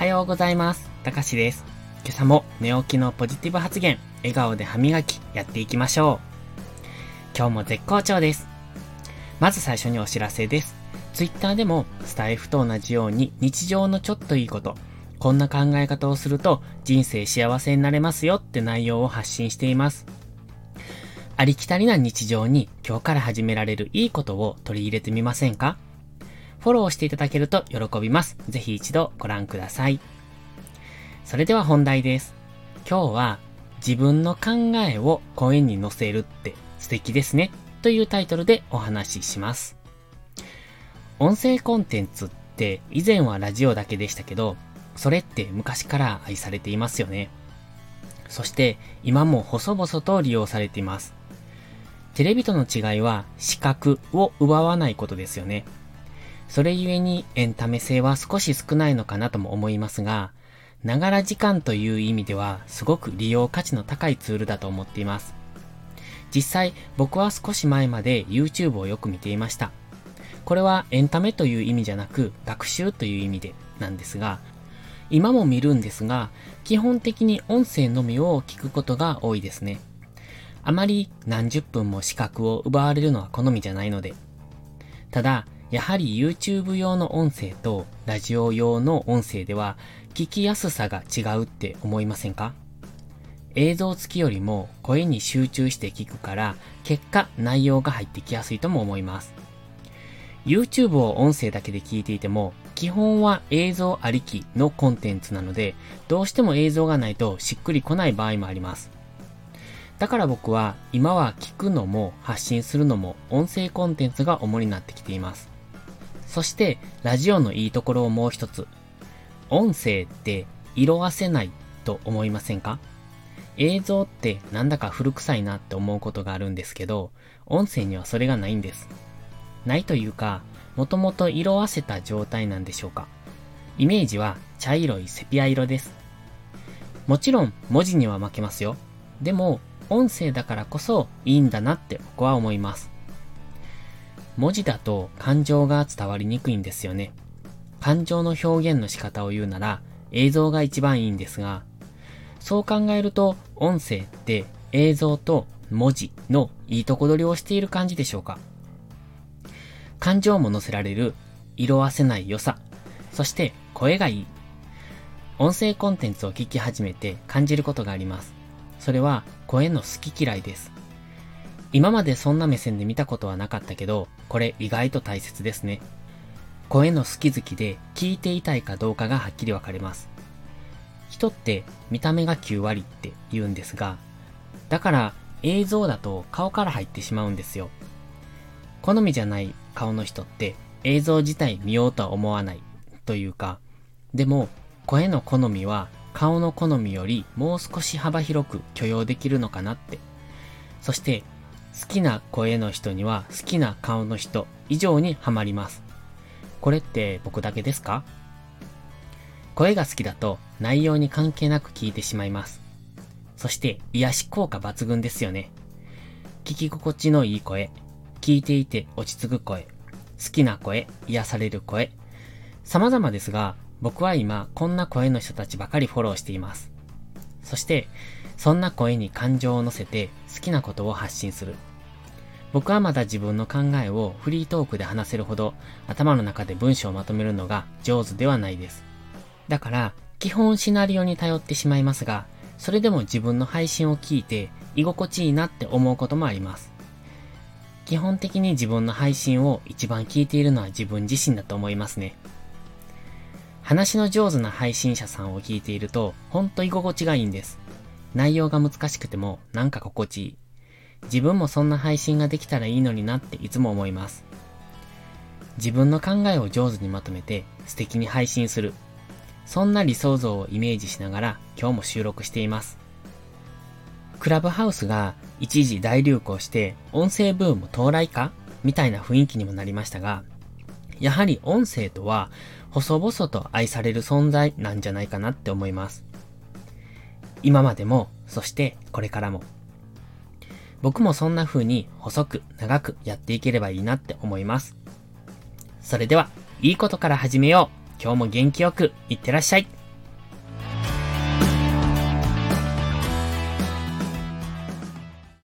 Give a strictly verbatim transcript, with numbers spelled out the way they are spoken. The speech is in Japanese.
はようございます。たかしです。今朝も寝起きのポジティブ発言、笑顔で歯磨きやっていきましょう。今日も絶好調です。まず最初にお知らせです。ツイッターでもスタイフと同じように日常のちょっといいこと、こんな考え方をすると人生幸せになれますよって内容を発信しています。ありきたりな日常に今日から始められるいいことを取り入れてみませんか？フォローしていただけると喜びます。ぜひ一度ご覧ください。それでは本題です。今日は自分の考えを声に乗せるって素敵ですねというタイトルでお話しします。音声コンテンツって以前はラジオだけでしたけど、それって昔から愛されていますよね。そして今も細々と利用されています。テレビとの違いは視覚を奪わないことですよね。それゆえにエンタメ性は少し少ないのかなとも思いますが、ながら時間という意味ではすごく利用価値の高いツールだと思っています。実際僕は少し前まで YouTube をよく見ていました。これはエンタメという意味じゃなく学習という意味でなんですが、今も見るんですが、基本的に音声のみを聞くことが多いですね。あまり何十分も視覚を奪われるのは好みじゃないので。ただ、やはり YouTube 用の音声とラジオ用の音声では聞きやすさが違うって思いませんか？映像付きよりも声に集中して聞くから結果内容が入ってきやすいとも思います。YouTube を音声だけで聞いていても基本は映像ありきのコンテンツなので、どうしても映像がないとしっくりこない場合もあります。だから僕は今は聞くのも発信するのも音声コンテンツが主になってきています。そしてラジオのいいところをもう一つ。音声って色あせないと思いませんか？映像ってなんだか古臭いなって思うことがあるんですけど、音声にはそれがないんです。ないというか、もともと色あせた状態なんでしょうか。イメージは茶色いセピア色です。もちろん文字には負けますよ。でも音声だからこそいいんだなって僕は思います。文字だと感情が伝わりにくいんですよね。感情の表現の仕方を言うなら映像が一番いいんですが、そう考えると音声って映像と文字のいいとこ取りをしている感じでしょうか。感情も乗せられる色あせない良さ、そして声がいい。音声コンテンツを聞き始めて感じることがあります。それは声の好き嫌いです。今までそんな目線で見たことはなかったけど、これ意外と大切ですね。声の好き好きで聞いていたいかどうかがはっきり分かれます。人って見た目がきゅうわりって言うんですが、だから映像だと顔から入ってしまうんですよ。好みじゃない顔の人って映像自体見ようとは思わないというか、でも声の好みは顔の好みよりもう少し幅広く許容できるのかなって。そして好きな声の人には好きな顔の人以上にハマります。これって僕だけですか？声が好きだと内容に関係なく聞いてしまいます。そして癒し効果抜群ですよね。聞き心地のいい声、聞いていて落ち着く声、好きな声、癒される声。様々ですが、僕は今こんな声の人たちばかりフォローしています。そしてそんな声に感情を乗せて好きなことを発信する。僕はまだ自分の考えをフリートークで話せるほど頭の中で文章をまとめるのが上手ではないです。だから基本シナリオに頼ってしまいますが、それでも自分の配信を聞いて居心地いいなって思うこともあります。基本的に自分の配信を一番聞いているのは自分自身だと思いますね。話の上手な配信者さんを聞いているとほんと居心地がいいんです。内容が難しくてもなんか心地いい。自分もそんな配信ができたらいいのになっていつも思います。自分の考えを上手にまとめて素敵に配信する。そんな理想像をイメージしながら今日も収録しています。クラブハウスが一時大流行して音声ブーム到来かみたいな雰囲気にもなりましたが、やはり音声とは細々と愛される存在なんじゃないかなって思います。今までも、そしてこれからも。僕もそんな風に細く長くやっていければいいなって思います。それでは、いいことから始めよう。今日も元気よくいってらっしゃい。